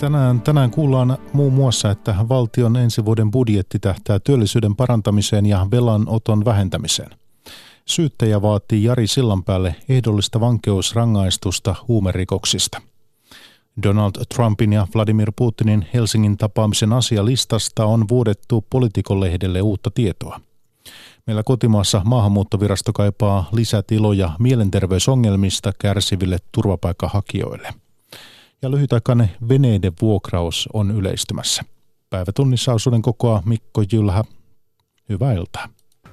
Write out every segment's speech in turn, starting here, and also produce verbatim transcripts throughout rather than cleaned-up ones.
Tänään, tänään kuullaan muun muassa, että valtion ensi vuoden budjetti tähtää työllisyyden parantamiseen ja velanoton vähentämiseen. Syyttäjä vaatii Jari Sillanpäälle ehdollista vankeusrangaistusta huumerikoksista. Donald Trumpin ja Vladimir Putinin Helsingin tapaamisen asialistasta on vuodettu Politico-lehdelle uutta tietoa. Meillä kotimaassa maahanmuuttovirasto kaipaa lisätiloja mielenterveysongelmista kärsiville turvapaikkahakijoille. Ja lyhytaikainen veneiden vuokraus on yleistymässä. Päivätunnissa osuuden kokoaa Mikko Jylhä. Hyvää iltaa.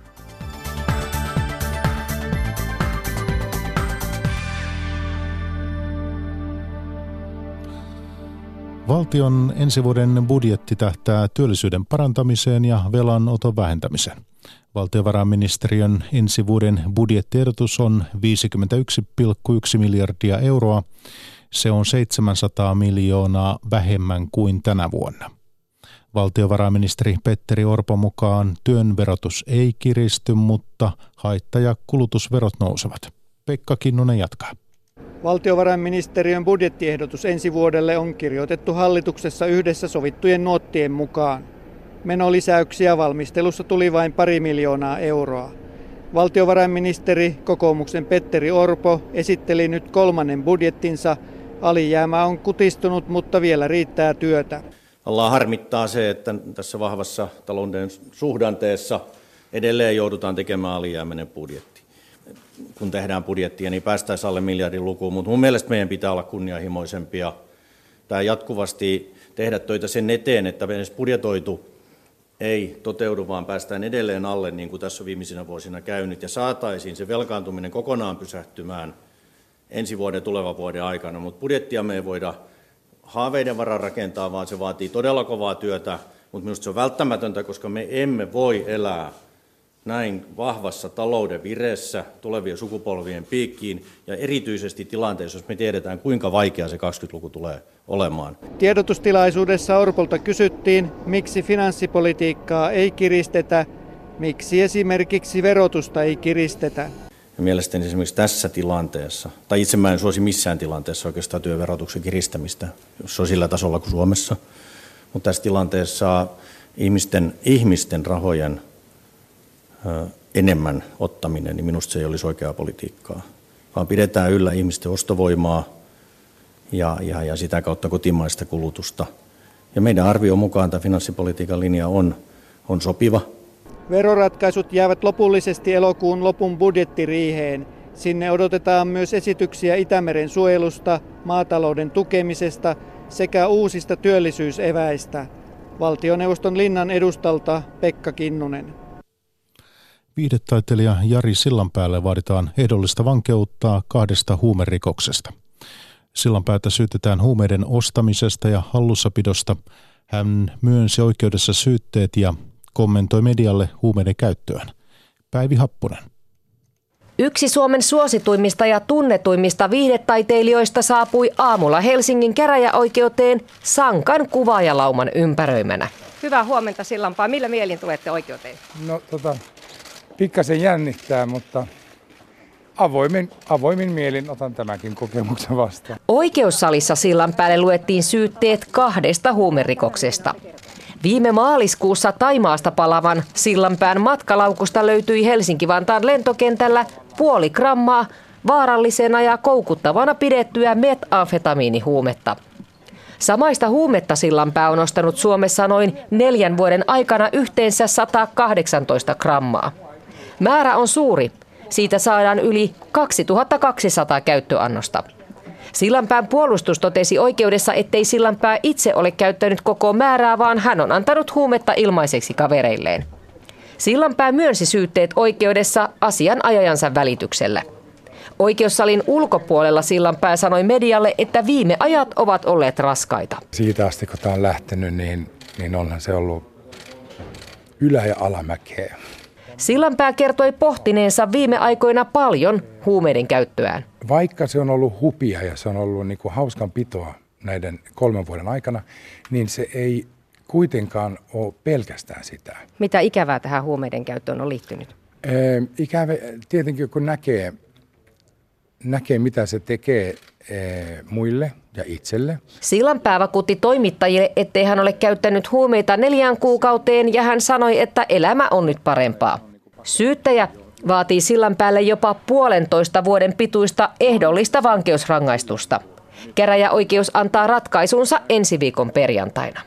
Valtion ensi vuoden budjetti tähtää työllisyyden parantamiseen ja velanoton vähentämiseen. Valtiovarainministeriön ensi vuoden budjettiehdotus on viisikymmentäyksi pilkku yksi miljardia euroa. Se on seitsemänsataa miljoonaa vähemmän kuin tänä vuonna. Valtiovarainministeri Petteri Orpon mukaan työn verotus ei kiristy, mutta haitta- ja kulutusverot nousevat. Pekka Kinnunen jatkaa. Valtiovarainministeriön budjettiehdotus ensi vuodelle on kirjoitettu hallituksessa yhdessä sovittujen nuottien mukaan. Menolisäyksiä valmistelussa tuli vain pari miljoonaa euroa. Valtiovarainministeri, kokoomuksen Petteri Orpo, esitteli nyt kolmannen budjettinsa. Alijäämä on kutistunut, mutta vielä riittää työtä. Allah harmittaa se, että tässä vahvassa talouden suhdanteessa edelleen joudutaan tekemään alijäämäinen budjetti. Kun tehdään budjettia, niin päästäisiin alle miljardin lukuun, mutta mun mielestä meidän pitää olla kunnianhimoisempia. Tämä jatkuvasti tehdä töitä sen eteen, että edes budjetoitu ei toteudu, vaan päästään edelleen alle, niin kuin tässä on viimeisinä vuosina käynyt, ja saataisiin se velkaantuminen kokonaan pysähtymään ensi vuoden tulevan vuoden aikana. Mutta budjettia me ei voida haaveiden varaan rakentaa, vaan se vaatii todella kovaa työtä, mutta minusta se on välttämätöntä, koska me emme voi elää näin vahvassa talouden vireessä tulevien sukupolvien piikkiin ja erityisesti tilanteessa, jos me tiedetään, kuinka vaikea se kaksikymmentäluku tulee olemaan. Tiedotustilaisuudessa Orpolta kysyttiin, miksi finanssipolitiikkaa ei kiristetä, miksi esimerkiksi verotusta ei kiristetä. Ja mielestäni esimerkiksi tässä tilanteessa, tai itse mä en suosi missään tilanteessa oikeastaan työverotuksen kiristämistä, jos se on sillä tasolla kuin Suomessa, mutta tässä tilanteessa ihmisten, ihmisten rahojen enemmän ottaminen, niin minusta se ei olisi oikeaa politiikkaa, vaan pidetään yllä ihmisten ostovoimaa ja, ja, ja sitä kautta kotimaista kulutusta. Ja meidän arvion mukaan tämä finanssipolitiikan linja on, on sopiva. Veroratkaisut jäävät lopullisesti elokuun lopun budjettiriiheen. Sinne odotetaan myös esityksiä Itämeren suojelusta, maatalouden tukemisesta sekä uusista työllisyyseväistä. Valtioneuvoston linnan edustalta Pekka Kinnunen. Viihdetaiteilija Jari Sillanpäälle vaaditaan ehdollista vankeutta kahdesta huumerikoksesta. Sillanpäätä syytetään huumeiden ostamisesta ja hallussapidosta. Hän myönsi oikeudessa syytteet ja kommentoi medialle huumeiden käyttöään. Päivi Happunen. Yksi Suomen suosituimmista ja tunnetuimmista viihdetaiteilijoista saapui aamulla Helsingin käräjäoikeuteen sankan kuvaajalauman ympäröimänä. Hyvää huomenta Sillanpää. Millä mielin tulette oikeuteen? No tota, pikkasen jännittää, mutta avoimin, avoimin mielin otan tämänkin kokemuksen vastaan. Oikeussalissa Sillanpäälle luettiin syytteet kahdesta huumerikoksesta. Viime maaliskuussa Thaimaasta palavan Sillanpään matkalaukusta löytyi Helsinki-Vantaan lentokentällä puoli grammaa vaarallisena ja koukuttavana pidettyä metamfetamiinihuumetta. Samaista huumetta Sillanpää on ostanut Suomessa noin neljän vuoden aikana yhteensä sata kahdeksantoista grammaa. Määrä on suuri. Siitä saadaan yli kaksituhattakaksisataa käyttöannosta. Sillanpään puolustus totesi oikeudessa, ettei Sillanpää itse ole käyttänyt koko määrää, vaan hän on antanut huumetta ilmaiseksi kavereilleen. Sillanpää myönsi syytteet oikeudessa asianajajansa välityksellä. Oikeussalin ulkopuolella Sillanpää sanoi medialle, että viime ajat ovat olleet raskaita. Siitä asti kun tämä on lähtenyt, niin, niin onhan se ollut ylä- ja alamäkeä. Sillanpää kertoi pohtineensa viime aikoina paljon huumeiden käyttöään. Vaikka se on ollut hupia ja se on ollut niin kuin hauskanpitoa näiden kolmen vuoden aikana, niin se ei kuitenkaan ole pelkästään sitä. Mitä ikävää tähän huumeiden käyttöön on liittynyt? Ee, ikävä tietenkin, kun näkee, näkee mitä se tekee eh, muille ja itselle. Sillanpää vakuutti toimittajille, ettei hän ole käyttänyt huumeita neljään kuukauteen ja hän sanoi, että elämä on nyt parempaa. Syyttäjä vaatii Sillanpäälle jopa puolentoista vuoden pituista ehdollista vankeusrangaistusta. Käräjäoikeus antaa ratkaisunsa ensi viikon perjantaina.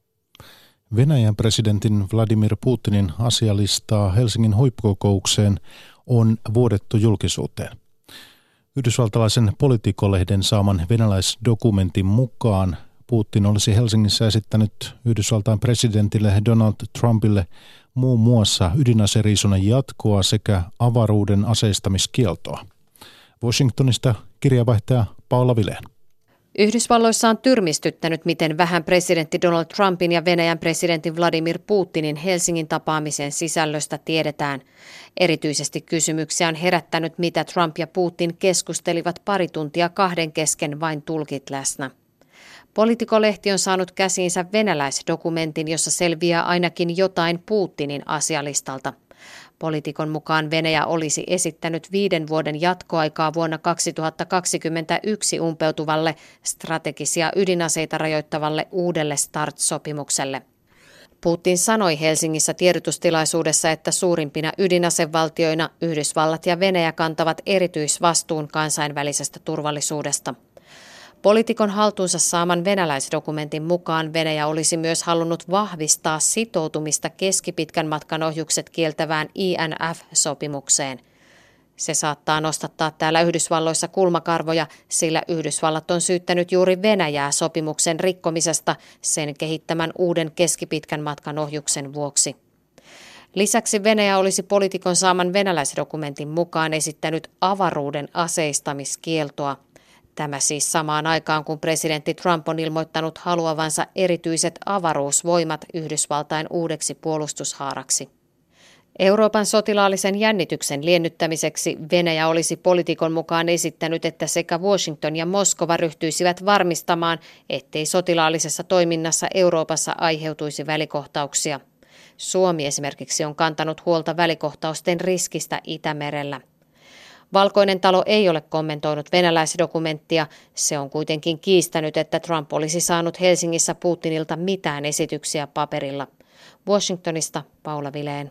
Venäjän presidentin Vladimir Putinin asialistaa Helsingin huippukokoukseen on vuodettu julkisuuteen. Yhdysvaltalaisen Politico-lehden saaman venäläisdokumentin mukaan Putin olisi Helsingissä esittänyt Yhdysvaltain presidentille Donald Trumpille muun muassa ydinaseriisunnan jatkoa sekä avaruuden aseistamiskieltoa. Washingtonista kirjavaihtaja Paula Vileen. Yhdysvalloissa on tyrmistyttänyt, miten vähän presidentti Donald Trumpin ja Venäjän presidentin Vladimir Putinin Helsingin tapaamisen sisällöstä tiedetään. Erityisesti kysymyksiä on herättänyt, mitä Trump ja Putin keskustelivat pari tuntia kahden kesken vain tulkit läsnä. Politico-lehti on saanut käsiinsä venäläisdokumentin, jossa selviää ainakin jotain Putinin asialistalta. Politikon mukaan Venäjä olisi esittänyt viiden vuoden jatkoaikaa vuonna kaksituhattakaksikymmentäyksi umpeutuvalle strategisia ydinaseita rajoittavalle uudelle START-sopimukselle. Putin sanoi Helsingissä tiedotustilaisuudessa, että suurimpina ydinasevaltioina Yhdysvallat ja Venäjä kantavat erityisvastuun kansainvälisestä turvallisuudesta. Politikon haltuunsa saaman venäläisdokumentin mukaan Venäjä olisi myös halunnut vahvistaa sitoutumista keskipitkän matkan ohjukset kieltävään I N F-sopimukseen. Se saattaa nostattaa täällä Yhdysvalloissa kulmakarvoja, sillä Yhdysvallat on syyttänyt juuri Venäjää sopimuksen rikkomisesta sen kehittämän uuden keskipitkän matkan ohjuksen vuoksi. Lisäksi Venäjä olisi Politikon saaman venäläisdokumentin mukaan esittänyt avaruuden aseistamiskieltoa. Tämä siis samaan aikaan, kun presidentti Trump on ilmoittanut haluavansa erityiset avaruusvoimat Yhdysvaltain uudeksi puolustushaaraksi. Euroopan sotilaallisen jännityksen liennyttämiseksi Venäjä olisi Politikon mukaan esittänyt, että sekä Washington ja Moskova ryhtyisivät varmistamaan, ettei sotilaallisessa toiminnassa Euroopassa aiheutuisi välikohtauksia. Suomi esimerkiksi on kantanut huolta välikohtausten riskistä Itämerellä. Valkoinen talo ei ole kommentoinut venäläisdokumenttia. Se on kuitenkin kiistänyt, että Trump olisi saanut Helsingissä Putinilta mitään esityksiä paperilla. Washingtonista Paula Vileen.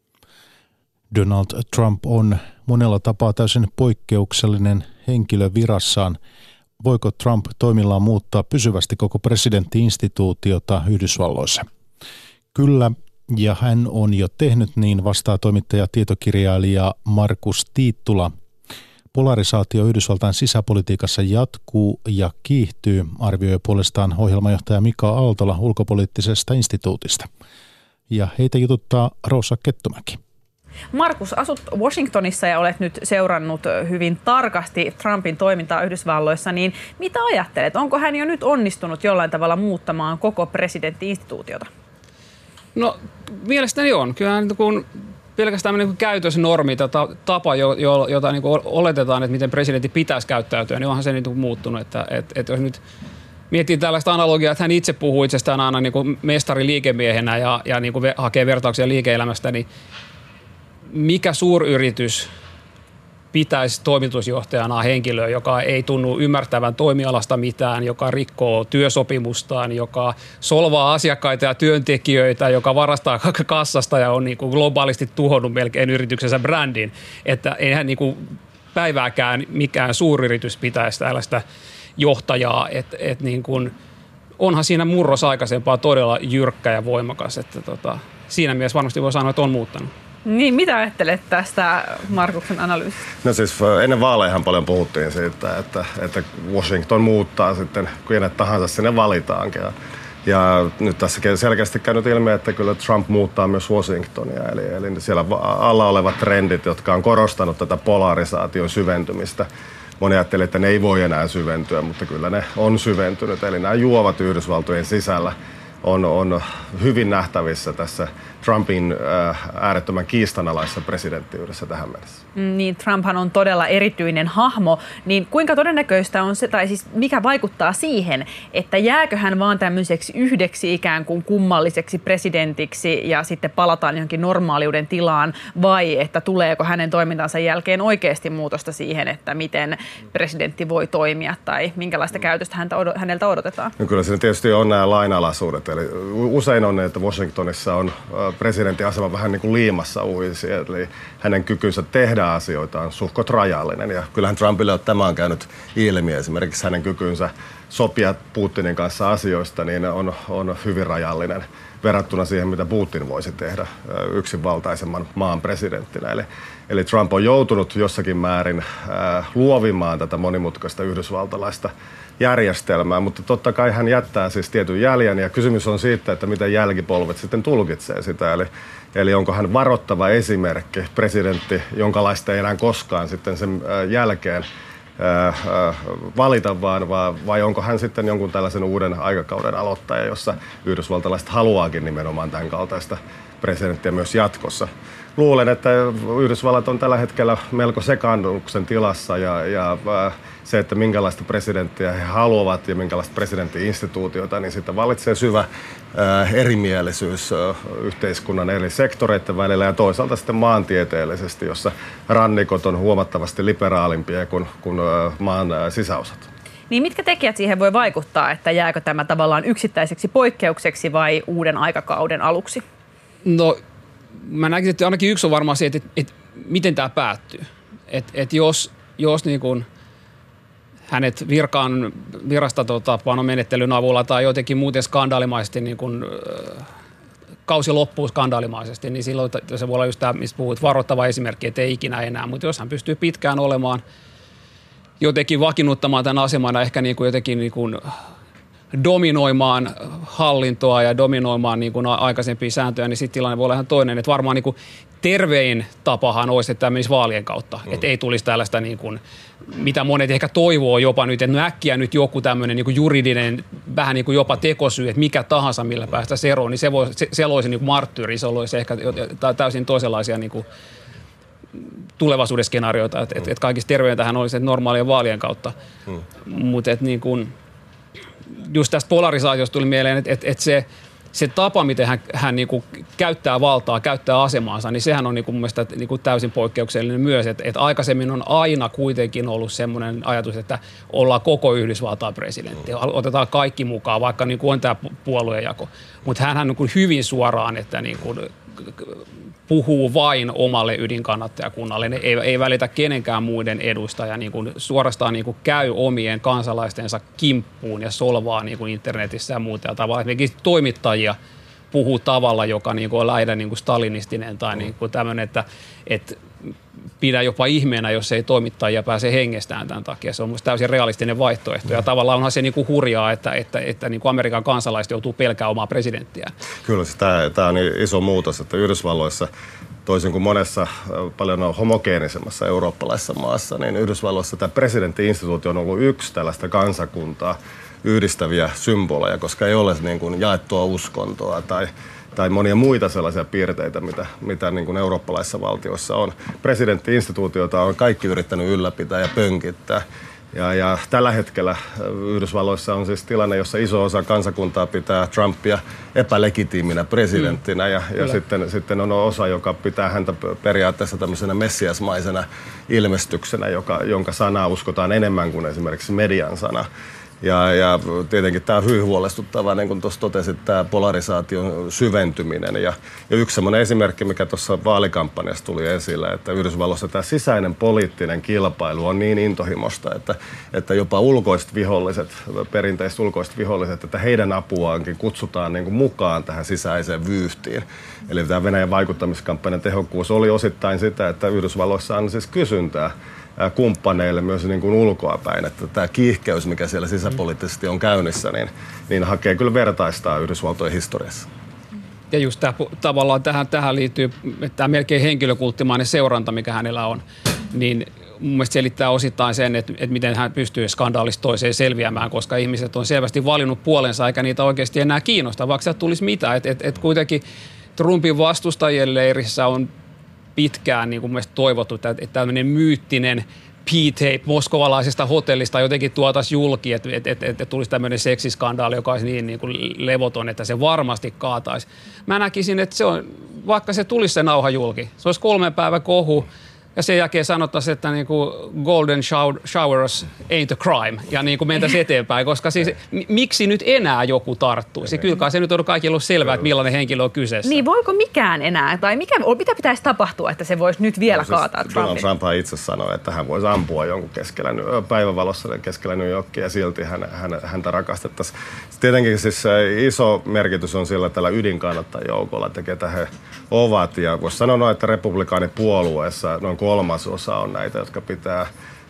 Donald Trump on monella tapaa täysin poikkeuksellinen henkilö virassaan. Voiko Trump toimillaan muuttaa pysyvästi koko presidentti-instituutiota Yhdysvalloissa? Kyllä, ja hän on jo tehnyt niin, vastaa toimittaja tietokirjailija Markus Tiittula. Polarisaatio Yhdysvaltain sisäpolitiikassa jatkuu ja kiihtyy, arvioi puolestaan ohjelmajohtaja Mika Aaltola ulkopoliittisesta instituutista. Ja heitä jututtaa Rosa Kettumäki. Markus, asut Washingtonissa ja olet nyt seurannut hyvin tarkasti Trumpin toimintaa Yhdysvalloissa, niin mitä ajattelet? Onko hän jo nyt onnistunut jollain tavalla muuttamaan koko presidentti-instituutiota? No mielestäni on. Kyllähän kun pelkästään niin käytösnormi, tapa, jota niin oletetaan, että miten presidentti pitäisi käyttäytyä, niin onhan se niin muuttunut. Että, että, että jos nyt miettii tällaista analogiaa, että hän itse puhuu itsestään aina niin kuin mestariliikemiehenä ja, ja niin kuin hakee vertauksia liike-elämästä, niin mikä suuryritys pitäisi toimitusjohtajana henkilöä, joka ei tunnu ymmärtävän toimialasta mitään, joka rikkoo työsopimustaan, joka solvaa asiakkaita ja työntekijöitä, joka varastaa kassasta ja on niin kuin globaalisti tuhonnut melkein yrityksensä brändin, että eihän niin kuin päivääkään mikään suuryritys pitäisi tällaista johtajaa, että et niin kuin onhan siinä murros aikaisempaa todella jyrkkä ja voimakas, että tota, siinä mielessä varmasti voi sanoa, että on muuttanut. Niin, mitä ajattelet tästä Markuksen analyysistä? No siis ennen vaalejahan paljon puhuttiin siitä, että, että Washington muuttaa sitten, kenet tahansa sinne valitaankin. Ja, ja nyt tässä selkeästi käynyt ilmi, että kyllä Trump muuttaa myös Washingtonia. Eli, eli siellä alla olevat trendit, jotka on korostanut tätä polarisaation syventymistä. Moni ajatteli, että ne ei voi enää syventyä, mutta kyllä ne on syventynyt. Eli nämä juovat Yhdysvaltojen sisällä on, on hyvin nähtävissä tässä Trumpin äärettömän kiistanalaisessa presidenttiydessä tähän mennessä. Niin, Trumphan on todella erityinen hahmo, niin kuinka todennäköistä on se, tai siis mikä vaikuttaa siihen, että jääkö hän vaan tämmöiseksi yhdeksi ikään kuin kummalliseksi presidentiksi ja sitten palataan johonkin normaaliuden tilaan, vai että tuleeko hänen toimintansa jälkeen oikeasti muutosta siihen, että miten presidentti voi toimia tai minkälaista käytöstä häneltä odotetaan? No kyllä siinä tietysti on nämä lainalaisuudet, eli usein on, että Washingtonissa on presidentin asema vähän niin kuin liimassa uisi, eli hänen kykynsä tehdä asioita on suhkot rajallinen. Ja kyllähän Trumpille on tämä on käynyt ilmi, esimerkiksi hänen kykynsä sopia Putinin kanssa asioista, niin on, on hyvin rajallinen verrattuna siihen, mitä Putin voisi tehdä yksinvaltaisemman maan presidenttinä. Eli, eli Trump on joutunut jossakin määrin äh, luovimaan tätä monimutkaista yhdysvaltalaista järjestelmää, mutta totta kai hän jättää siis tietyn jäljen, ja kysymys on siitä, että miten jälkipolvet sitten tulkitsee sitä, eli, eli onko hän varoittava esimerkki, presidentti, jonkalaista ei enää koskaan sitten sen jälkeen äh, äh, valita, vaan, vai onko hän sitten jonkun tällaisen uuden aikakauden aloittaja, jossa yhdysvaltalaiset haluaakin nimenomaan tämän kaltaista presidenttiä myös jatkossa. Luulen, että Yhdysvallat on tällä hetkellä melko sekaannuksen tilassa ja, ja se, että minkälaista presidenttiä he haluavat ja minkälaista presidenttiinstituutiota, niin siitä vallitsee syvä äh, erimielisyys äh, yhteiskunnan eri sektoreiden välillä ja toisaalta sitten maantieteellisesti, jossa rannikot on huomattavasti liberaalimpia kuin, kuin äh, maan äh, sisäosat. Niin mitkä tekijät siihen voi vaikuttaa, että jääkö tämä tavallaan yksittäiseksi poikkeukseksi vai uuden aikakauden aluksi? No, mä näkisin, että ainakin yksi on varmaan se, että, että, että miten tämä päättyy. Että, että jos, jos niin kuin hänet virkaan, virasta tota, panomenettelyn avulla tai jotenkin muuten skandaalimaisesti, niin kuin, äh, kausi loppuu skandaalimaisesti, niin silloin se voi olla just tämä, mistä puhuit, varoittava esimerkki, että ei ikinä enää. Mutta jos hän pystyy pitkään olemaan, jotenkin vakiinnuttamaan tämän asemana, ehkä niin kuin jotenkin niin kuin dominoimaan hallintoa ja dominoimaan niin kuin aikaisempia sääntöjä, niin sitten tilanne voi olla ihan toinen. Että varmaan niin kuin tervein tapahan olisi, että tämä menisi vaalien kautta. Mm. Että ei tulisi tällaista, niin kuin, mitä monet ehkä toivoo jopa nyt, että no äkkiä nyt joku tämmöinen niin kuin juridinen, vähän niin kuin jopa tekosyy, että mikä tahansa, millä päästä eroon, niin se, voi, se, se loisi niin kuin marttyyri, se olisi ehkä täysin toisenlaisia niin kuin tulevaisuuden skenaarioita, että mm. et, et kaikista terveintähän olisi normaalien vaalien kautta. Mm. Mutta niin kuin just tästä polarisaatiosta tuli mieleen, että, että, että se, se tapa, miten hän, hän niin kuin käyttää valtaa, käyttää asemaansa, niin sehän on niin kuin mun mielestä niin kuin täysin poikkeuksellinen myös. Että, että aikaisemmin on aina kuitenkin ollut semmoinen ajatus, että ollaan koko Yhdysvaltain presidentti. Otetaan kaikki mukaan, vaikka niin kuin on tämä puoluejako. Mutta hänhän niin kuin hyvin suoraan, että niin kuin puhuu vain omalle ydinkannattajakunnalle. Ne ei, ei välitä kenenkään muiden edusta ja niin kuin suorastaan niin kuin käy omien kansalaistensa kimppuun ja solvaa niin kuin internetissä ja muuta. Ja tavallaan esimerkiksi toimittajia puhuu tavalla, joka niin kuin on lähinnä niin kuin stalinistinen tai niin kuin tämmöinen, että, että pidä jopa ihmeenä, jos ei toimittajia pääse hengestään tämän takia. Se on minusta täysin realistinen vaihtoehto. Ja tavallaan onhan se niin kuin hurjaa, että, että, että niin kuin Amerikan kansalaiset joutuu pelkäämään omaa presidenttiään. Kyllä, tämä, tämä on iso muutos, että Yhdysvalloissa, toisin kuin monessa paljon homogeenisemmassa eurooppalaisessa maassa, niin Yhdysvalloissa tämä presidentti-instituutio on ollut yksi tällaista kansakuntaa yhdistäviä symboleja, koska ei ole niin kuin jaettua uskontoa tai tai monia muita sellaisia piirteitä, mitä, mitä niin kuin eurooppalaisissa valtioissa on. Presidentti-instituutiota on kaikki yrittänyt ylläpitää ja pönkittää. Ja, ja tällä hetkellä Yhdysvalloissa on siis tilanne, jossa iso osa kansakuntaa pitää Trumpia epälegitiiminä presidenttinä ja, ja sitten, sitten on osa, joka pitää häntä periaatteessa tämmöisenä messiasmaisena ilmestyksenä, joka, jonka sanaa uskotaan enemmän kuin esimerkiksi median sana. Ja, ja tietenkin tämä on hyvin huolestuttavaa, niin kuin tuossa totesit, tämä polarisaation syventyminen. Ja, ja yksi semmoinen esimerkki, mikä tuossa vaalikampanjassa tuli esille, että Yhdysvalloissa tämä sisäinen poliittinen kilpailu on niin intohimosta, että, että jopa ulkoiset viholliset, perinteiset ulkoiset viholliset, että heidän apuaankin kutsutaan niin kuin mukaan tähän sisäiseen vyyhtiin. Eli tämä Venäjän vaikuttamiskampanjan tehokkuus oli osittain sitä, että Yhdysvalloissa on siis kysyntää kumppaneille myös niin kuin ulkoapäin, että tämä kiihkeys, mikä siellä sisäpoliittisesti on käynnissä, niin, niin hakee kyllä vertaistaa Yhdysvaltojen historiassa. Ja just tämä, tavallaan tähän, tähän liittyy tämä melkein henkilökulttimainen seuranta, mikä hänellä on, niin mun mielestä selittää osittain sen, että, että miten hän pystyy skandaalista toiseen selviämään, koska ihmiset on selvästi valinnut puolensa eikä niitä oikeasti enää kiinnostaa, vaikka sieltä tulisi mitään. Että et, et kuitenkin Trumpin vastustajien leirissä on pitkään niin kuin mielestäni toivottu, että, että tämmöinen myyttinen P-tape moskovalaisesta hotellista jotenkin tuotaisiin julki, että, että, että, että tulisi tämmöinen seksiskandaali, joka olisi niin, niin kuin levoton, että se varmasti kaataisi. Mä näkisin, että se on, vaikka se tulisi se nauha julki, se olisi kolmen päivän kohu, ja sen jälkeen sanottaisiin, että niin kuin golden showers ain't a crime, ja niin kuin mentäisiin eteenpäin, koska siis miksi nyt enää joku tarttuisi? Kyllä kai se nyt on kaikille ollut selvää, että millainen henkilö on kyseessä. Niin, voiko mikään enää, tai mikä, mitä pitäisi tapahtua, että se voisi nyt vielä no, siis kaataa Trumpin? Donald Trump itse sanoi, että hän voisi ampua jonkun keskellä, päivävalossa keskellä New Yorkia, ja silti hän, hän, häntä rakastettaisiin. Tietenkin siis iso merkitys on sillä tällä ydinkannattajajoukolla, että ketä he ovat, ja voisi sanoa, että republikaanipuolueessa noin kolmasosa on näitä, jotka pitää,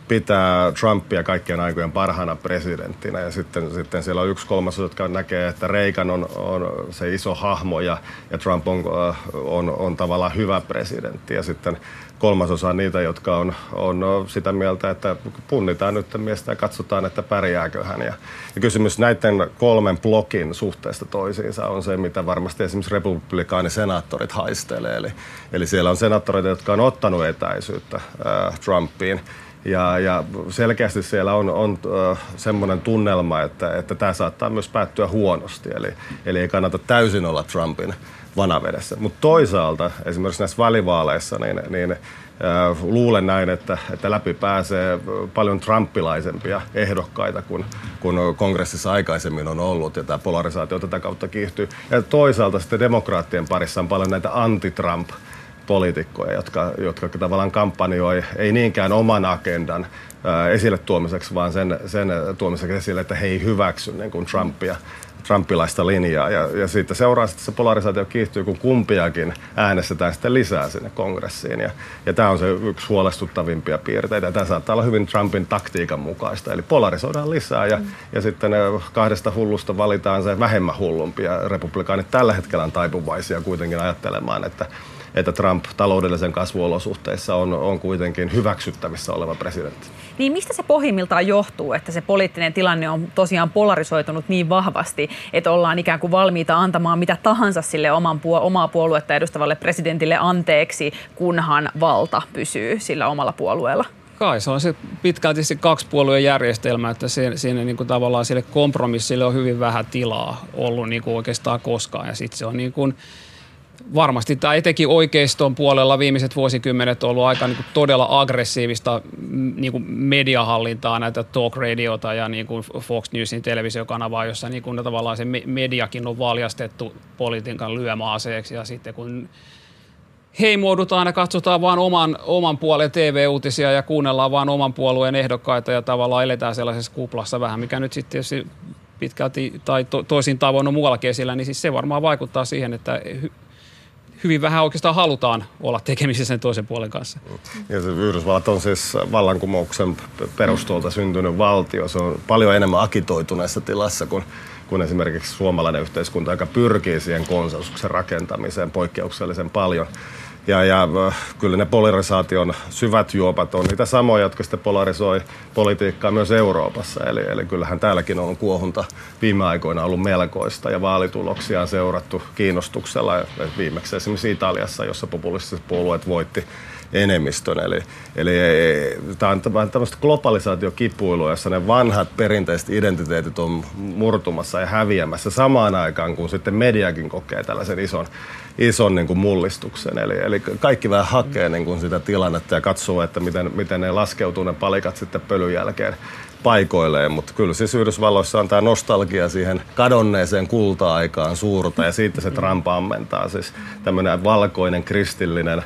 pitää Trumpia kaikkien aikojen parhaana presidenttinä. Ja sitten, sitten siellä on yksi kolmasosa, jotka näkee, että Reagan on, on se iso hahmo ja, ja Trump on, on, on tavallaan hyvä presidentti. Ja sitten kolmasosa on niitä, jotka on, on sitä mieltä, että punnitaan nyt miestä ja katsotaan, että pärjääkö hän. Ja, ja kysymys näiden kolmen blokin suhteesta toisiinsa on se, mitä varmasti esimerkiksi republikaanisenaattorit haistelee. Eli, eli siellä on senaattoreita, jotka on ottanut etäisyyttä ää, Trumpiin. Ja, ja selkeästi siellä on, on äh, semmoinen tunnelma, että, että tämä saattaa myös päättyä huonosti. Eli, eli ei kannata täysin olla Trumpin vanavedessä. Mutta toisaalta esimerkiksi näissä välivaaleissa niin, niin äh, luulen näin, että, että läpi pääsee paljon trumpilaisempia ehdokkaita kuin, kuin kongressissa aikaisemmin on ollut. Ja tämä polarisaatio tätä kautta kiihtyy. Ja toisaalta sitten demokraattien parissa on paljon näitä anti-Trump poliitikkoja, jotka, jotka tavallaan kampanjoi ei niinkään oman agendan ää, esille tuomiseksi, vaan sen, sen tuomiseksi esille, että he ei hyväksy niin kuin Trumpia, trumpilaista linjaa. Ja, ja siitä seuraa sitten se polarisaatio kiihtyy, kun kumpiakin äänestetään sitten lisää sinne kongressiin. Ja, ja tämä on se yksi huolestuttavimpia piirteitä. Ja tämä saattaa olla hyvin Trumpin taktiikan mukaista. Eli polarisoidaan lisää ja, mm. ja sitten kahdesta hullusta valitaan se vähemmän hullumpi. Ja republikaanit tällä hetkellä on taipuvaisia kuitenkin ajattelemaan, että että Trump taloudellisen kasvuolosuhteissa on, on kuitenkin hyväksyttävissä oleva presidentti. Niin mistä se pohjimmiltaan johtuu, että se poliittinen tilanne on tosiaan polarisoitunut niin vahvasti, että ollaan ikään kuin valmiita antamaan mitä tahansa sille oman puol- omaa puoluetta edustavalle presidentille anteeksi, kunhan valta pysyy sillä omalla puolueella? Kai se on se pitkälti se kaksipuolueen järjestelmä, että se, siinä niin kuin tavallaan sille kompromissille on hyvin vähän tilaa ollut niin kuin oikeastaan koskaan, ja sitten se on niin kuin varmasti tämä etenkin oikeiston puolella viimeiset vuosikymmenet on ollut aika niin kuin todella aggressiivista niin kuin mediahallintaa, näitä talk radiota ja niin kuin Fox Newsin televisiokanavaa, jossa niin kuin tavallaan se mediakin on valjastettu politiikan lyömäaseeksi, ja sitten kun heimoidutaan ja katsotaan vaan oman, oman puolen T V-uutisia ja kuunnellaan vaan oman puolueen ehdokkaita ja tavallaan eletään sellaisessa kuplassa vähän, mikä nyt sitten tietysti pitkälti tai to, toisin tavoin on muuallakin esillä, niin siis se varmaan vaikuttaa siihen, että hy, hyvin vähän oikeastaan halutaan olla tekemisissä sen toisen puolen kanssa. Ja se Yhdysvallat on siis vallankumouksen perustolta syntynyt valtio. Se on paljon enemmän agitoituneessa tilassa kuin, kuin esimerkiksi suomalainen yhteiskunta, joka pyrkii siihen konsensuksen rakentamiseen poikkeuksellisen paljon. Ja, ja kyllä ne polarisaation syvät juopat on niitä samoja, jotka sitten polarisoi politiikkaa myös Euroopassa. Eli, eli kyllähän täälläkin on kuohunta viime aikoina ollut melkoista ja vaalituloksia on seurattu kiinnostuksella. Viimeksi esimerkiksi Italiassa, jossa populistiset puolueet voitti enemmistön. Eli, eli tämä on vähän tämmöistä globalisaatiokipuilua, jossa ne vanhat perinteiset identiteetit on murtumassa ja häviämässä samaan aikaan, kun sitten mediakin kokee tällaisen ison, ison niin kuin mullistuksen. Eli, eli kaikki vähän hakee niin kuin sitä tilannetta ja katsoo, että miten, miten ne laskeutuu ne palikat sitten pölyn jälkeen paikoilleen, mutta kyllä siis Yhdysvalloissa on tämä nostalgia siihen kadonneeseen kulta-aikaan suurta, ja siitä se Trump ammentaa. Siis tämmöinen valkoinen kristillinen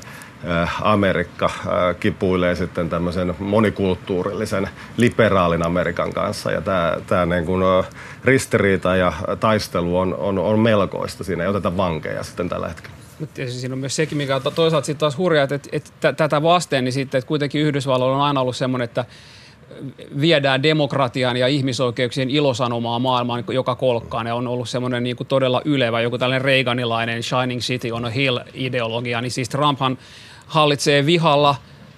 Amerikka kipuilee sitten tämmöisen monikulttuurillisen liberaalin Amerikan kanssa, ja tämä, tämä niin kuin ristiriita ja taistelu on, on, on melkoista. Siinä ei oteta vankeja sitten tällä hetkellä. Siinä on myös sekin, mikä on toisaalta sitten taas hurjaa, että, että, että tätä vasten, niin sitten, että kuitenkin Yhdysvalloilla on aina ollut semmoinen, että viedään demokratian ja ihmisoikeuksien ilosanomaa maailmaan joka kolkkaan, ja on ollut semmoinen niin kuin todella ylevä, joku tällainen Reaganilainen Shining City on a Hill -ideologia, niin siis Trumphan hallitsee vihalla,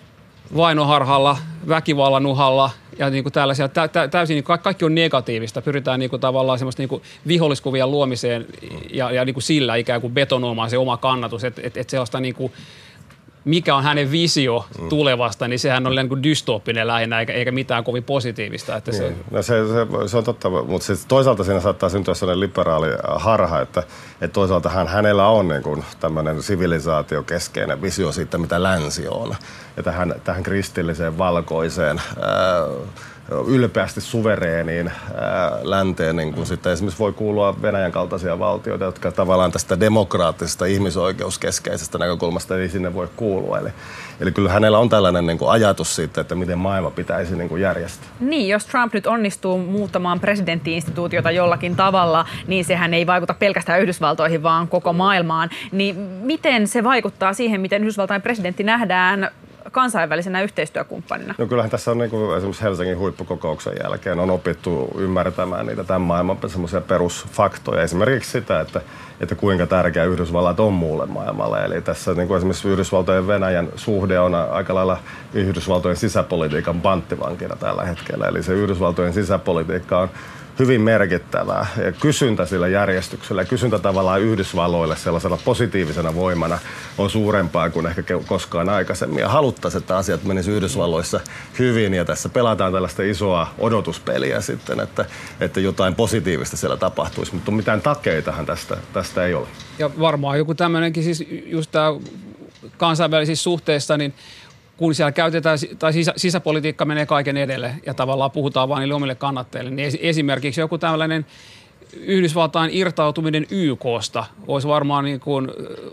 vainoharhalla, väkivallan uhalla ja niin kuin tällaisia. Tä, tä, täysin niin kuin kaikki on negatiivista. Pyritään niin kuin tavallaan semmoista niin kuin viholliskuvien luomiseen ja, ja niin kuin sillä ikään kuin betonoimaan se oma kannatus. Että et, et sellaista niin kuin, mikä on hänen visio tulevasta, niin sehän on niin kuin dystooppinen lähinnä eikä, eikä mitään kovin positiivista. Että niin. se, no se, se, se on totta, mutta siis toisaalta siinä saattaa syntyä sellainen liberaali harha, että, että toisaalta hän, hänellä on niin kuin tämmöinen sivilisaatiokeskeinen visio siitä, mitä länsi on. Ja tähän, tähän kristilliseen, valkoiseen, ää, ylpeästi suvereeniin ää, länteen, niin kuin sitten esimerkiksi voi kuulua Venäjän kaltaisia valtioita, jotka tavallaan tästä demokraattisesta ihmisoikeuskeskeisestä näkökulmasta ei sinne voi kuulua. Eli, eli kyllä hänellä on tällainen niin kuin ajatus siitä, että miten maailma pitäisi niin kuin järjestää. Niin, jos Trump nyt onnistuu muuttamaan presidenttiinstituutiota jollakin tavalla, niin sehän ei vaikuta pelkästään Yhdysvaltoihin, vaan koko maailmaan. Niin miten se vaikuttaa siihen, miten Yhdysvaltain presidentti nähdään kansainvälisenä yhteistyökumppanina? No kyllähän tässä on niin kuin esimerkiksi Helsingin huippukokouksen jälkeen on opittu ymmärtämään niitä tämän maailman semmoisia perusfaktoja. Esimerkiksi sitä, että, että kuinka tärkeä Yhdysvallat on muulle maailmalle. Eli tässä niin kuin esimerkiksi Yhdysvaltojen ja Venäjän suhde on aika lailla Yhdysvaltojen sisäpolitiikan panttivankina tällä hetkellä. Eli se Yhdysvaltojen sisäpolitiikka on hyvin merkittävää. Ja kysyntä sillä järjestyksellä ja kysyntä tavallaan Yhdysvalloille sellaisena positiivisena voimana on suurempaa kuin ehkä koskaan aikaisemmin. Ja haluttaisiin, että asiat menisivät Yhdysvalloissa hyvin ja tässä pelataan tällaista isoa odotuspeliä sitten, että, että jotain positiivista siellä tapahtuisi. Mutta mitään takeitahan tästä, tästä ei ole. Ja varmaan joku tämmöinenkin siis just tämä kansainvälisissä suhteissa, niin kun siellä käytetään, tai sisä, sisäpolitiikka menee kaiken edelle ja tavallaan puhutaan vain niille omille kannattajille, niin esimerkiksi joku tällainen Yhdysvaltain irtautuminen Y K:sta olisi varmaan niin kuin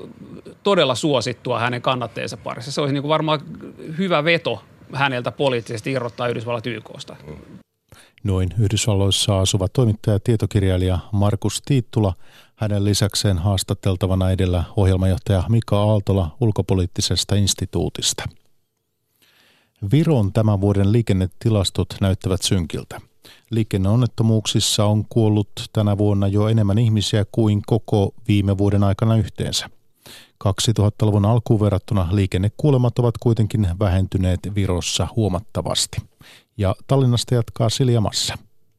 todella suosittua hänen kannattajansa parissa. Se olisi niin kuin varmaan hyvä veto häneltä poliittisesti irrottaa Yhdysvallat Y K:sta. Noin Yhdysvalloissa asuva toimittaja ja tietokirjailija Markus Tiittula, hänen lisäkseen haastateltavana edellä ohjelmajohtaja Mika Aaltola ulkopoliittisesta instituutista. Viron tämän vuoden liikennetilastot näyttävät synkiltä. Liikenneonnettomuuksissa on kuollut tänä vuonna jo enemmän ihmisiä kuin koko viime vuoden aikana yhteensä. kaksituhattaluvun alkuun verrattuna liikennekuolemat ovat kuitenkin vähentyneet Virossa huomattavasti. Ja Tallinnasta jatkaa Silja Massa.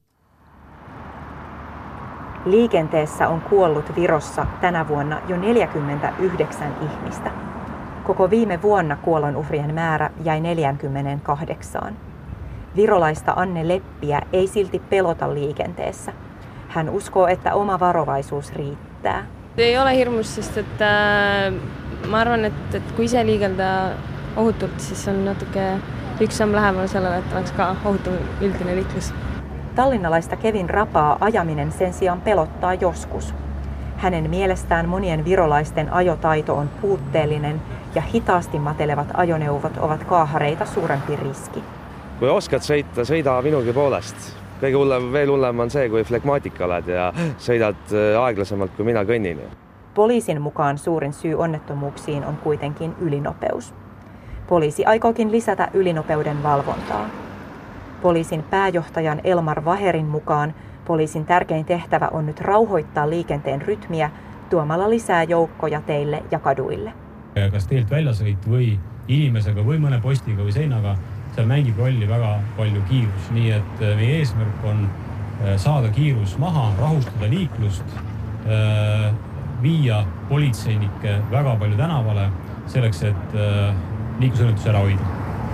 Liikenteessä on kuollut Virossa tänä vuonna jo neljäkymmentäyhdeksän ihmistä. Koko viime vuonna kuolonuhrien määrä jäi neljäkymmentäkahdeksan. Virolaista Anne Leppiä ei silti pelota liikenteessä. Hän uskoo, että oma varovaisuus riittää. Ei ole hirmus, sest et äh, ma arvan, et, et kui ise liigelda ohutult, siis on natuke üks samm lähemal sellele, että oleks ka ohutum üldine liiklus. Tallinnalaista Kevin Rapaa ajaminen sen sijaan pelottaa joskus. Hänen mielestään monien virolaisten ajotaito on puutteellinen ja hitaasti matelevat ajoneuvot ovat kaahareita suurempi riski. Kui oskad sõita, sõida minugi poolest. Kõige hullem, veel hullem on see, kui flegmaatika oled ja sõidad aeglasemalt kuin minä kõnnin. Poliisin mukaan suurin syy onnettomuuksiin on kuitenkin ylinopeus. Poliisi aikookin lisätä ylinopeuden valvontaa. Poliisin pääjohtajan Elmar Vaherin mukaan poliisin tärkein tehtävä on nyt rauhoittaa liikenteen rytmiä tuomalla lisää joukkoja teille ja kaduille. Kas teelt väljasõit või inimesega või mõne postiga või seinaga, seal mängib rolli väga palju kiirus. Nii et meie eesmärk on saada kiirus maha, rahustada liiklust, viia politseinikke väga palju tänavale selleks, et liiklusõnnetus ära hoida.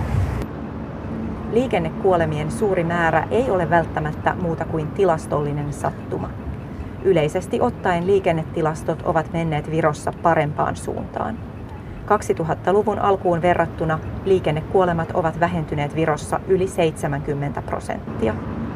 Liikennekuolemien suuri määrä ei ole välttämättä muuta kuin tilastollinen sattuma. Yleisesti ottaen liikennetilastot ovat menneet Virossa parempaan suuntaan. kaksituhattaluvun alkuun verrattuna liikennekuolemat ovat vähentyneet Virossa yli seitsemänkymmentä prosenttia.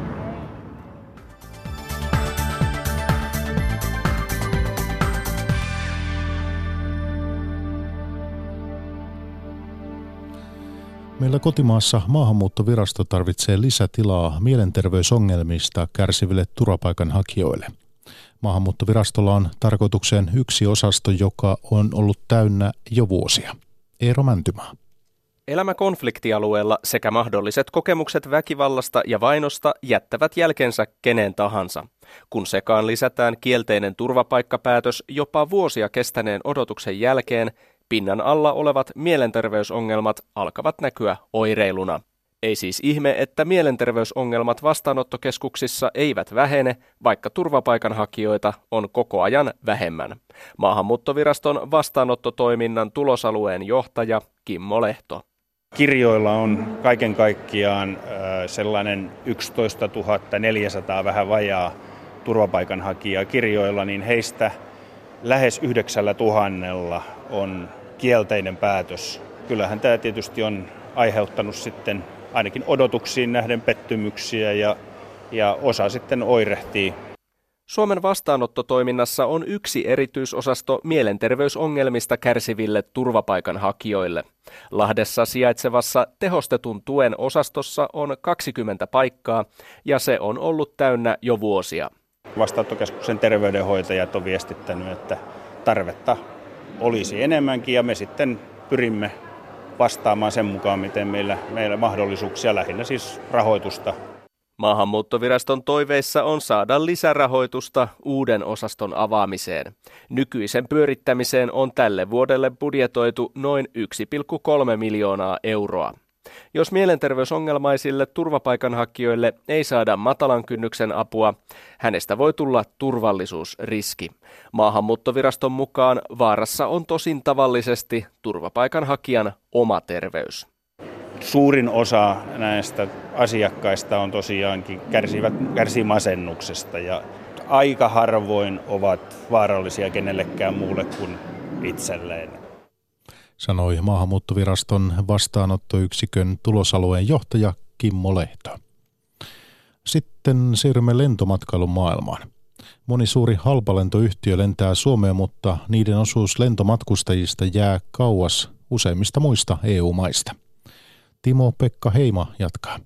Meillä kotimaassa maahanmuuttovirasto tarvitsee lisätilaa mielenterveysongelmista kärsiville turvapaikanhakijoille. Maahanmuuttovirastolla on tarkoitukseen yksi osasto, joka on ollut täynnä jo vuosia. Eero Mäntymaa. Elämä konfliktialueella sekä mahdolliset kokemukset väkivallasta ja vainosta jättävät jälkensä kenen tahansa. Kun sekaan lisätään kielteinen turvapaikkapäätös jopa vuosia kestäneen odotuksen jälkeen, Pinnan alla olevat mielenterveysongelmat alkavat näkyä oireiluna. Ei siis ihme, että mielenterveysongelmat vastaanottokeskuksissa eivät vähene, vaikka turvapaikanhakijoita on koko ajan vähemmän. Maahanmuuttoviraston vastaanottotoiminnan tulosalueen johtaja Kimmo Lehto. Kirjoilla on kaiken kaikkiaan sellainen yksitoistatuhatta neljäsataa vähän vajaa turvapaikanhakijaa kirjoilla, niin heistä lähes yhdeksällä tuhannella on kielteinen päätös. Kyllähän tämä tietysti on aiheuttanut sitten ainakin odotuksiin nähden pettymyksiä ja, ja osa sitten oirehtii. Suomen vastaanottotoiminnassa on yksi erityisosasto mielenterveysongelmista kärsiville turvapaikanhakijoille. Lahdessa sijaitsevassa tehostetun tuen osastossa on kaksikymmentä paikkaa ja se on ollut täynnä jo vuosia. Vastaanottokeskuksen terveydenhoitajat on viestittänyt, että tarvetta olisi enemmänkin ja me sitten pyrimme vastaamaan sen mukaan, miten meillä, meillä mahdollisuuksia, lähinnä siis rahoitusta. Maahanmuuttoviraston toiveissa on saada lisärahoitusta uuden osaston avaamiseen. Nykyisen pyörittämiseen on tälle vuodelle budjetoitu noin yksi pilkku kolme miljoonaa euroa. Jos mielenterveysongelmaisille turvapaikanhakijoille ei saada matalan kynnyksen apua, hänestä voi tulla turvallisuusriski. Maahanmuuttoviraston mukaan vaarassa on tosin tavallisesti turvapaikanhakijan oma terveys. Suurin osa näistä asiakkaista on tosiaankin kärsivät, kärsii masennuksesta ja aika harvoin ovat vaarallisia kenellekään muulle kuin itselleen. Sanoi Maahanmuuttoviraston vastaanottoyksikön tulosalueen johtaja Kimmo Lehto. Sitten siirrymme lentomatkailun maailmaan. Moni suuri halpalentoyhtiö lentää Suomeen, mutta niiden osuus lentomatkustajista jää kauas useimmista muista E U-maista. Timo-Pekka Heima jatkaa.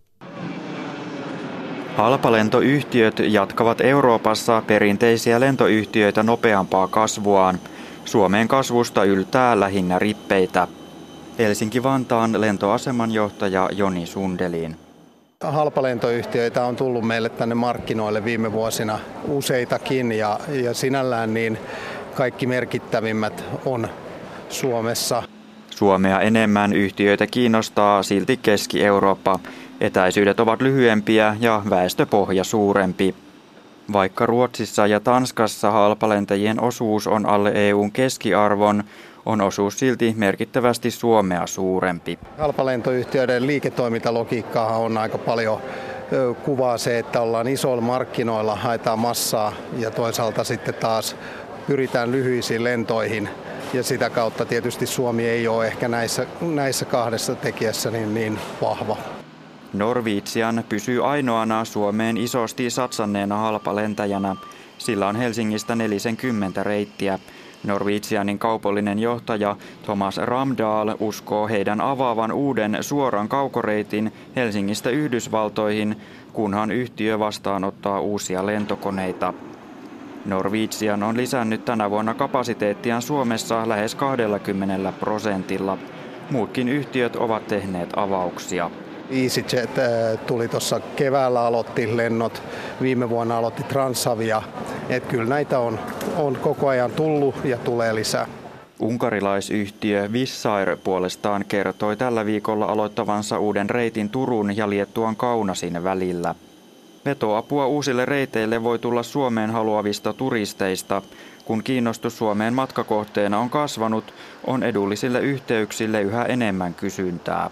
Halpalentoyhtiöt jatkavat Euroopassa perinteisiä lentoyhtiöitä nopeampaa kasvuaan. Suomeen kasvusta yltää lähinnä rippeitä. Helsinki-Vantaan lentoaseman johtaja Joni Sundelin. Halpalentoyhtiöitä on tullut meille tänne markkinoille viime vuosina useitakin ja, ja sinällään niin kaikki merkittävimmät on Suomessa. Suomea enemmän yhtiöitä kiinnostaa silti Keski-Eurooppa. Etäisyydet ovat lyhyempiä ja väestöpohja suurempi. Vaikka Ruotsissa ja Tanskassa halpalentäjien osuus on alle E U:n keskiarvon, on osuus silti merkittävästi Suomea suurempi. Halpalentoyhtiöiden liiketoimintalogiikkaa on aika paljon kuvaa se, että ollaan isoilla markkinoilla, haetaan massaa ja toisaalta sitten taas pyritään lyhyisiin lentoihin. Ja sitä kautta tietysti Suomi ei ole ehkä näissä, näissä kahdessa tekijässä niin, niin vahva. Norwegian pysyy ainoana Suomeen isosti satsanneena halpalentäjänä. Sillä on Helsingistä neljäkymmentä reittiä. Norwegianin kaupallinen johtaja Thomas Ramdahl uskoo heidän avaavan uuden suoran kaukoreitin Helsingistä Yhdysvaltoihin, kunhan yhtiö vastaanottaa uusia lentokoneita. Norwegian on lisännyt tänä vuonna kapasiteettiaan Suomessa lähes kaksikymmentä prosentilla. Muutkin yhtiöt ovat tehneet avauksia. EasyJet tuli tuossa keväällä, aloitti lennot, viime vuonna aloitti Transavia. Et kyllä näitä on, on koko ajan tullut ja tulee lisää. Unkarilaisyhtiö Wizz Air puolestaan kertoi tällä viikolla aloittavansa uuden reitin Turun ja Liettuan Kaunasin välillä. Vetoapua uusille reiteille voi tulla Suomeen haluavista turisteista. Kun kiinnostus Suomeen matkakohteena on kasvanut, on edullisille yhteyksille yhä enemmän kysyntää.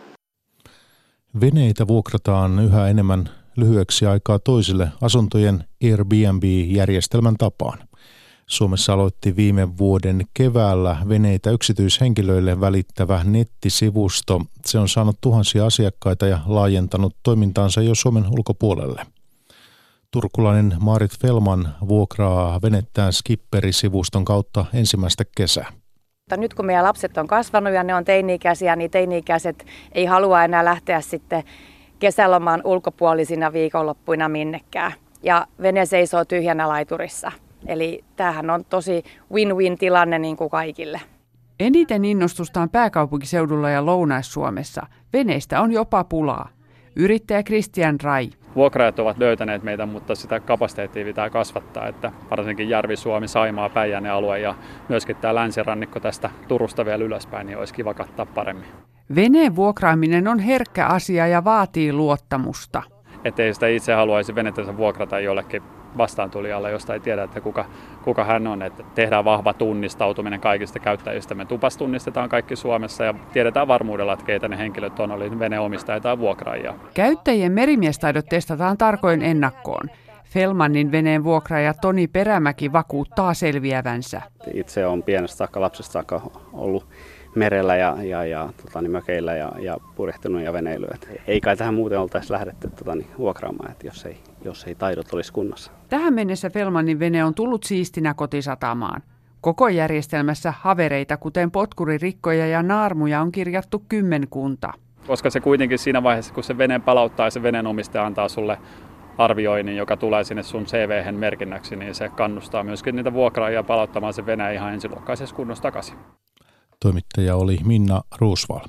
Veneitä vuokrataan yhä enemmän lyhyeksi aikaa toisille asuntojen Airbnb-järjestelmän tapaan. Suomessa aloitti viime vuoden keväällä veneitä yksityishenkilöille välittävä nettisivusto. Se on saanut tuhansia asiakkaita ja laajentanut toimintaansa jo Suomen ulkopuolelle. Turkulainen Maarit Felman vuokraa venettään Skipperi-sivuston kautta ensimmäistä kesää. Nyt kun meidän lapset on kasvanut ja ne on teini-ikäisiä, niin teini-ikäiset ei halua enää lähteä sitten kesälomaan ulkopuolisina viikonloppuina minnekään. Ja vene seisoo tyhjänä laiturissa. Eli tämähän on tosi win-win tilanne niin kuin kaikille. Eniten innostusta on pääkaupunkiseudulla ja Lounais-Suomessa. Veneistä on jopa pulaa. Yrittäjä Christian Rai. vuokraajat ovat löytäneet meitä, mutta sitä kapasiteettia pitää kasvattaa, että varsinkin Järvi-Suomi, Saimaa, Päijänne-alue ja myöskin tämä länsirannikko tästä Turusta vielä ylöspäin, niin olisi kiva kattaa paremmin. Veneen vuokraaminen on herkkä asia ja vaatii luottamusta. Että ei sitä itse haluaisi venetänsä vuokrata jollekin vastaantulijalle, josta ei tiedä, että kuka, kuka hän on. Että tehdään vahva tunnistautuminen kaikista käyttäjistä. Me tupas tunnistetaan kaikki Suomessa ja tiedetään varmuudella, että keitä ne henkilöt on, oli veneenomistajia tai vuokraajia. Käyttäjien merimiestaidot testataan tarkoin ennakkoon. Fellmannin veneen vuokraaja Toni Perämäki vakuuttaa selviävänsä. Itse olen pienestä saakka, lapsesta saakka ollut merellä ja, ja, ja tota, niin mökeillä ja, ja purjehtunut ja veneilyä. Ei kai tähän muuten oltaisi lähdetty tota, niin, vuokraamaan, että jos ei, jos ei taidot olisi kunnossa. Tähän mennessä Fellmannin vene on tullut siistinä kotisatamaan. Koko järjestelmässä havereita, kuten potkuririkkoja ja naarmuja, on kirjattu kymmenkunta. Koska se kuitenkin siinä vaiheessa, kun se veneen palauttaa ja se veneen omistaja antaa sulle arvioinnin, joka tulee sinne sun C V:hen merkinnäksi, niin se kannustaa myöskin niitä vuokraajia palauttamaan se veneen ihan ensiluokkaisessa kunnossa takaisin. Toimittaja oli Minna Roosval.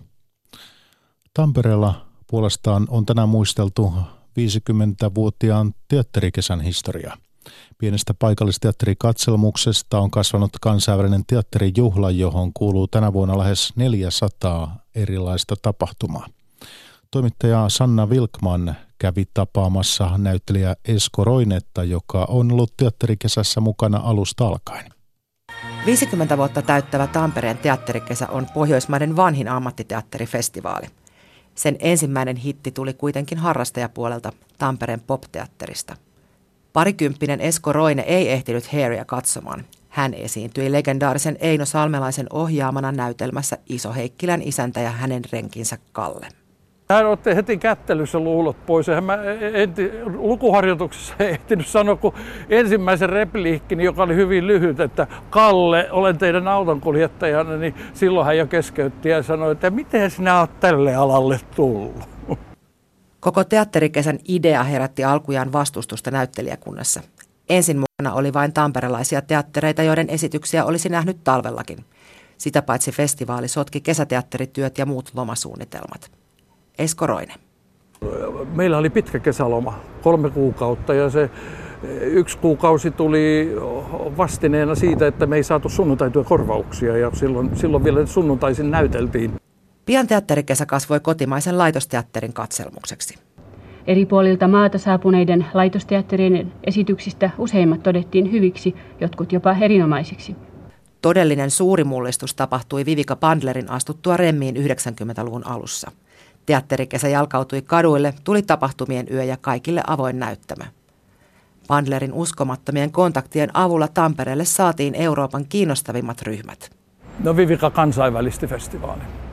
Tampereella puolestaan on tänään muisteltu viisikymmenvuotiaan teatterikesän historiaa. Pienestä paikallisteatterikatselmuksesta on kasvanut kansainvälinen teatterijuhla, johon kuuluu tänä vuonna lähes neljäsataa erilaista tapahtumaa. Toimittaja Sanna Wilkman kävi tapaamassa näyttelijä Esko Roinetta, joka on ollut teatterikesässä mukana alusta alkaen. viisikymmentä vuotta täyttävä Tampereen teatterikesä on Pohjoismaiden vanhin ammattiteatterifestivaali. Sen ensimmäinen hitti tuli kuitenkin harrastajapuolelta Tampereen popteatterista. Parikymppinen Esko Roine ei ehtinyt Hairia katsomaan. Hän esiintyi legendaarisen Eino Salmelaisen ohjaamana näytelmässä Iso Heikkilän isäntä ja hänen renkinsä Kalle. Hän otti heti kättelyssä luulot pois. Mä enti, lukuharjoituksessa ei ehtinyt sanoa, kun ensimmäisen repliikkini, joka oli hyvin lyhyt, että Kalle, olen teidän autonkuljettajana, niin silloin hän jo keskeytti ja sanoi, että miten sinä olet tälle alalle tullut. Koko teatterikesän idea herätti alkujaan vastustusta näyttelijäkunnassa. Ensin mukana oli vain tamperelaisia teattereita, joiden esityksiä olisi nähnyt talvellakin. Sitä paitsi festivaali sotki kesäteatterityöt ja muut lomasuunnitelmat. Esko Roine. Meillä oli pitkä kesäloma, kolme kuukautta, ja se yksi kuukausi tuli vastineena siitä, että me ei saatu sunnuntaityökorvauksia, ja silloin, silloin vielä sunnuntaisin näyteltiin. Pian teatterikesä kasvoi kotimaisen laitosteatterin katselmukseksi. Eri puolilta maata saapuneiden laitosteatterien esityksistä useimmat todettiin hyviksi, jotkut jopa erinomaisiksi. Todellinen suuri mullistus tapahtui Vivica Bandlerin astuttua remmiin yhdeksänkymmentäluvun alussa. Teatterikesä jalkautui kaduille, tuli tapahtumien yö ja kaikille avoin näyttämö. Bandlerin uskomattomien kontaktien avulla Tampereelle saatiin Euroopan kiinnostavimmat ryhmät. No Vivica kansainvälisti festivaalin.